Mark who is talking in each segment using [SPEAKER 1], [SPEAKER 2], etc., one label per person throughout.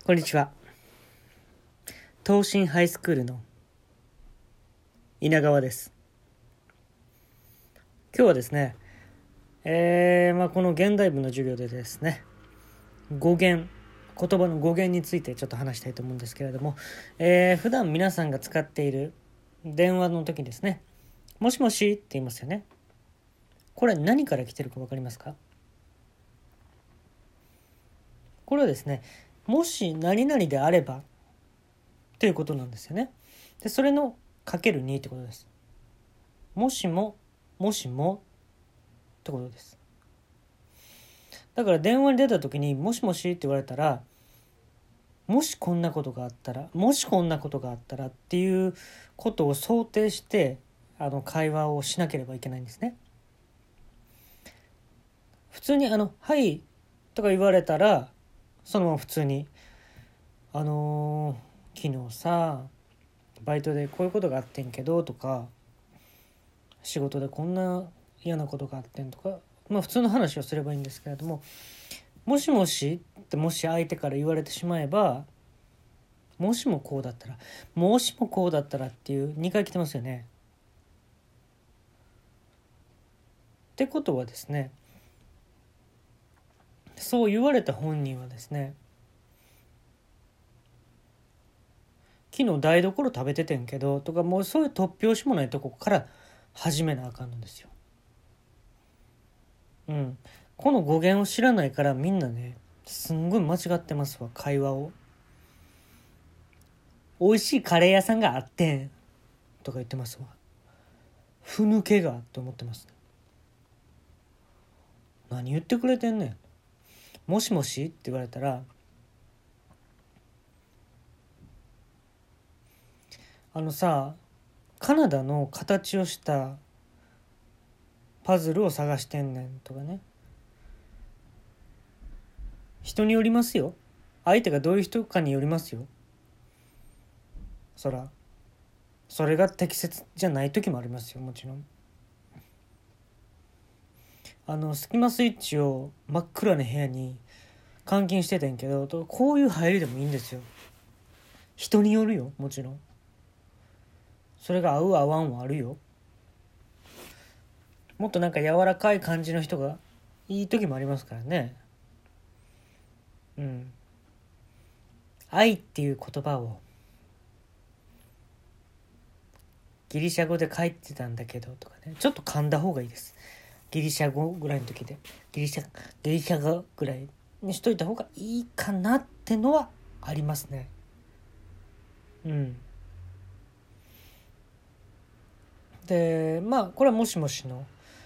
[SPEAKER 1] こんにちは。東進ハイスクールの稲川です。今日はですね、この現代文の授業でですね、言葉の語源についてちょっと話したいと思うんですけれども、普段皆さんが使っている電話の時にですね、もしもしって言いますよね。これ何から来てるか分かりますか？これはですね、もし何々であればということなんですよね。で、それのかける2ってことです。もしもってことです。だから電話に出た時にもしもしって言われたら、もしこんなことがあったらっていうことを想定して会話をしなければいけないんですね。普通にはいとか言われたら、そのまま普通に昨日さバイトでこういうことがあってんけどとか、仕事でこんな嫌なことがあってんとか、普通の話をすればいいんですけれども、もしもしってもし相手から言われてしまえば、もしもこうだったらっていう2回来てますよね。ってことはですね、そう言われた本人はですね、昨日台所食べててんけどとか、もうそういう突拍子もないとこから始めなあかんのですよ。この語源を知らないからみんなね、すんごい間違ってますわ、会話を。美味しいカレー屋さんがあってんとか言ってますわ。ふぬけがって思ってますね。何言ってくれてんねん。もしもしって言われたら、カナダの形をしたパズルを探してんねんとかね。人によりますよ。相手がどういう人かによりますよ。それが適切じゃない時もありますよ、もちろん。スキマスイッチを真っ暗な部屋に監禁しててんけど、こういう入りでもいいんですよ。人によるよ、もちろん。それが合う合わんはあるよ。もっと柔らかい感じの人がいい時もありますからね。愛っていう言葉をギリシャ語で書いてたんだけどとかね、ちょっと噛んだ方がいいです。ギリシャ語ぐらいの時でギリシャ語ぐらいにしといた方がいいかなってのはありますね。でこれはもしもしの、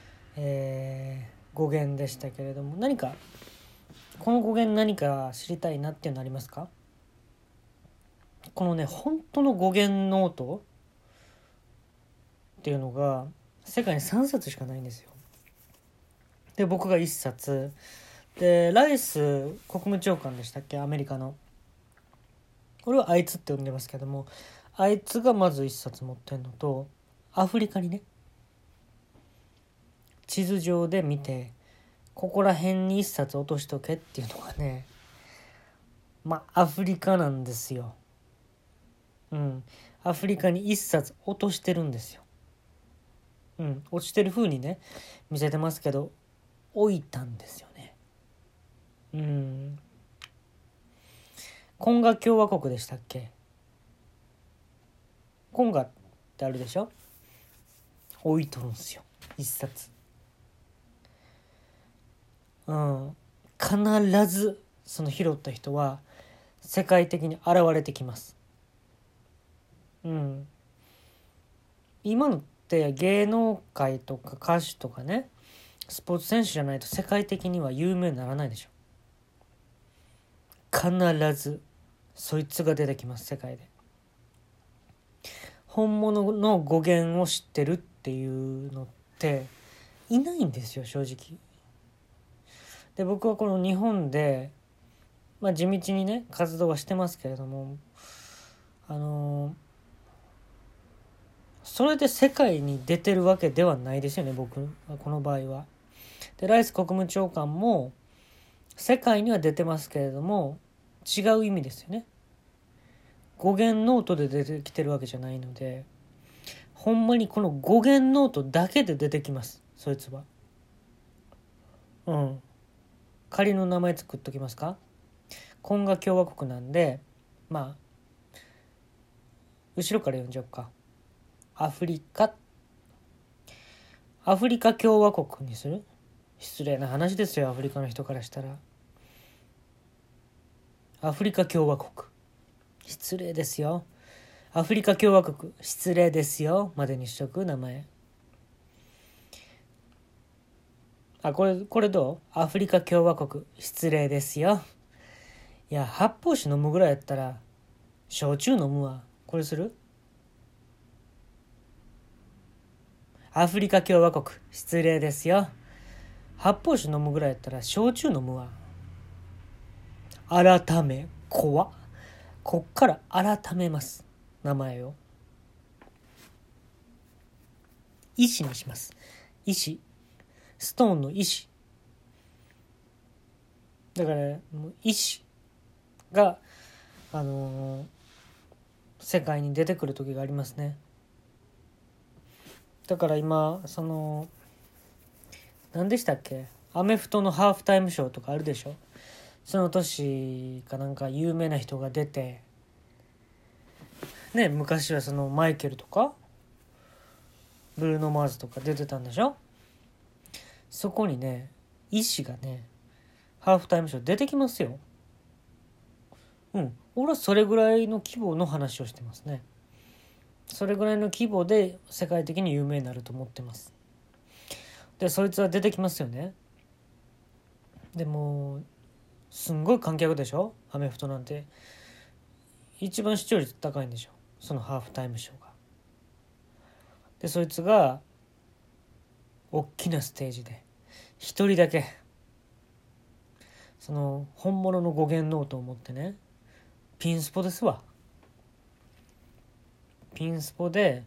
[SPEAKER 1] 語源でしたけれども、この語源何か知りたいなっていうのありますか？このね、本当の語源ノートっていうのが世界に3冊しかないんですよ。で、僕が1冊で、ライス国務長官でしたっけ、アメリカの。俺はあいつって呼んでますけども、あいつがまず1冊持ってんのと、アフリカにね、地図上で見てここら辺に1冊落としとけっていうのがね、アフリカなんですよ。アフリカに1冊落としてるんですよ。落ちてる風にね見せてますけど、置いたんですよね。コンガ共和国でしたっけ。コンガってあるでしょ。置いとるんすよ、1冊。必ずその拾った人は世界的に現れてきます。今のって芸能界とか歌手とかね、スポーツ選手じゃないと世界的には有名にならないでしょ。必ずそいつが出てきます、世界で。本物の語源を知ってるっていうのっていないんですよ、正直。で、僕はこの日本で地道にね活動はしてますけれども、それで世界に出てるわけではないですよね、僕はこの場合は。で、ライス国務長官も世界には出てますけれども、 違う意味ですよね。語源ノートで出てきてるわけじゃないので、ほんまにこの語源ノートだけで出てきます、そいつは。仮の名前作っときますか。コンガ共和国なんで、まあ後ろから読んじゃおうか。アフリカ共和国にする。失礼な話ですよ、アフリカの人からしたら。アフリカ共和国、失礼ですよ。アフリカ共和国、失礼ですよまでにしとく、名前。これどう？アフリカ共和国、失礼ですよ。いや、発泡酒飲むぐらいやったら焼酎飲むわ。これする？アフリカ共和国、失礼ですよ。発泡酒飲むぐらいやったら焼酎飲むわ。改め、怖っ。こっから改めます、名前を。石にします。石、ストーンの石だから、もう石が世界に出てくる時がありますね。だから今何でしたっけ、アメフトのハーフタイムショーとかあるでしょ。その年かなんか有名な人が出てね、昔はそのマイケルとかブルーノ・マーズとか出てたんでしょ。そこにね、医師がねハーフタイムショー出てきますよ。俺はそれぐらいの規模の話をしてますね。それぐらいの規模で世界的に有名になると思ってます。でそいつは出てきますよね。でもすんごい観客でしょ、アメフトなんて。一番視聴率高いんでしょ、そのハーフタイムショーが。でそいつが大きなステージで一人だけその本物の語源ノートを持ってね、ピンスポですわ。ピンスポで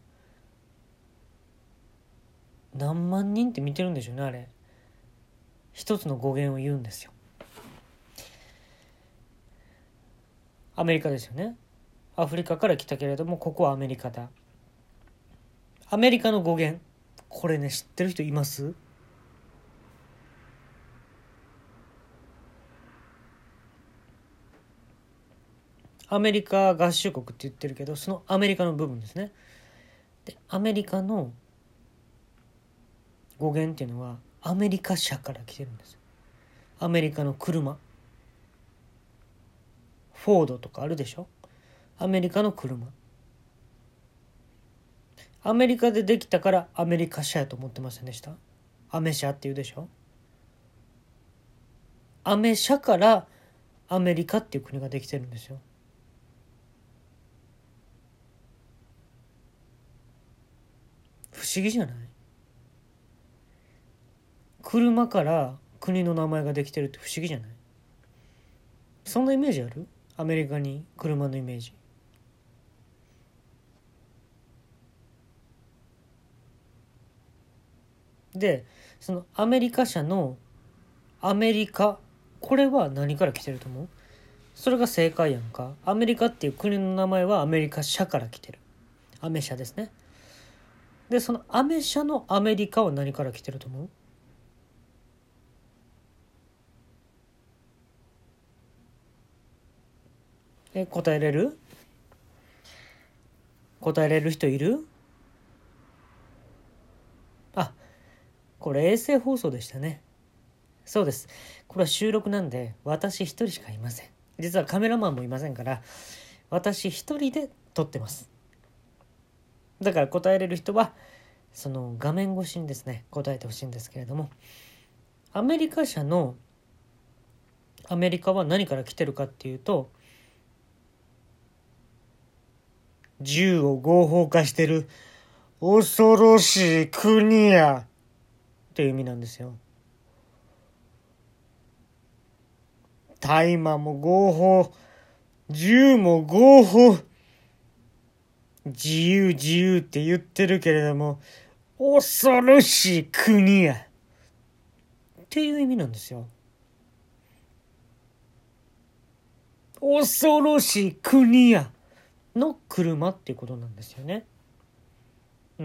[SPEAKER 1] 何万人って見てるんでしょうね、あれ。一つの語源を言うんですよ。アメリカですよね。アフリカから来たけれどもここはアメリカだ。アメリカの語源、これね知ってる人います？アメリカ合衆国って言ってるけど、そのアメリカの部分ですね。でアメリカの語源っていうのはアメリカ車から来てるんです。アメリカの車、フォードとかあるでしょ。アメリカの車、アメリカでできたからアメリカ車やと思ってませんでした？アメ車って言うでしょ。アメ車からアメリカっていう国ができてるんですよ。不思議じゃない？車から国の名前ができてるって不思議じゃない？そんなイメージある？アメリカに車のイメージ。でそのアメリカ車のアメリカ、これは何から来てると思う？それが正解やんか。アメリカっていう国の名前はアメリカ社から来てる。アメ社ですね。でそのアメ社のアメリカは何から来てると思う？答えれる？答えれる人いる？あ、これ衛星放送でしたね。そうです。これは収録なんで私一人しかいません。実はカメラマンもいませんから私一人で撮ってます。だから答えれる人はその画面越しにですね答えてほしいんですけれども、アメリカ社のアメリカは何から来てるかっていうと、銃を合法化してる恐ろしい国やっていう意味なんですよ。大麻も合法、銃も合法、自由自由って言ってるけれども恐ろしい国やっていう意味なんですよ。 恐ろしい国やの車っていうことなんですよね。うん。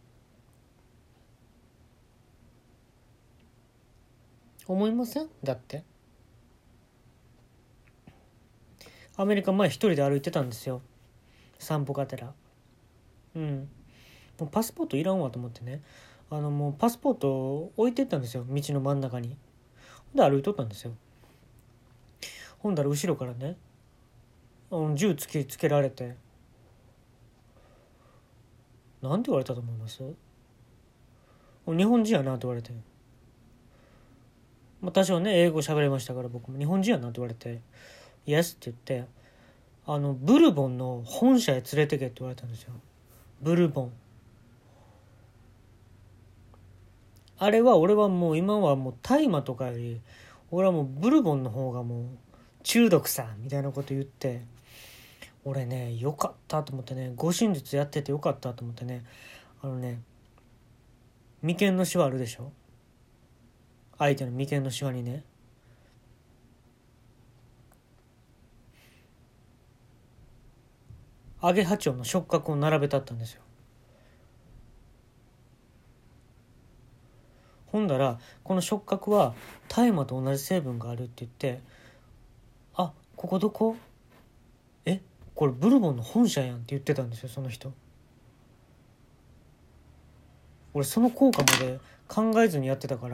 [SPEAKER 1] 思いません？だってアメリカ前一人で歩いてたんですよ、散歩がてら。うん。もうパスポートいらんわと思ってね、もうパスポート置いてったんですよ、道の真ん中に。で歩いとったんですよ。ほんだら後ろからね、銃つけられて、なんて言われたと思います？日本人やなって言われて、まあ、多少ね英語喋れましたから、僕も日本人やなって言われて、イエスって言って、ブルボンの本社へ連れてけって言われたんですよ。ブルボン、あれは俺はもう今はもう大麻とかより俺はもうブルボンの方がもう中毒さみたいなこと言って、俺ねよかったと思ってね、護身術やっててよかったと思ってね、眉間のシワあるでしょ、相手の眉間のシワにね、アゲハチョウの触覚を並べたったんですよ。ほんだらこの触覚は大麻と同じ成分があるって言って、あ、ここどこ、え、これブルボンの本社やんって言ってたんですよ、その人。俺その効果まで考えずにやってたから。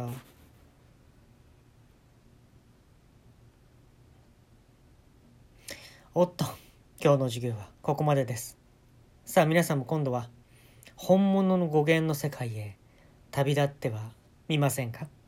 [SPEAKER 1] おっと、今日の授業はここまでです。さあ皆さんも今度は本物の語源の世界へ旅立ってはみませんか？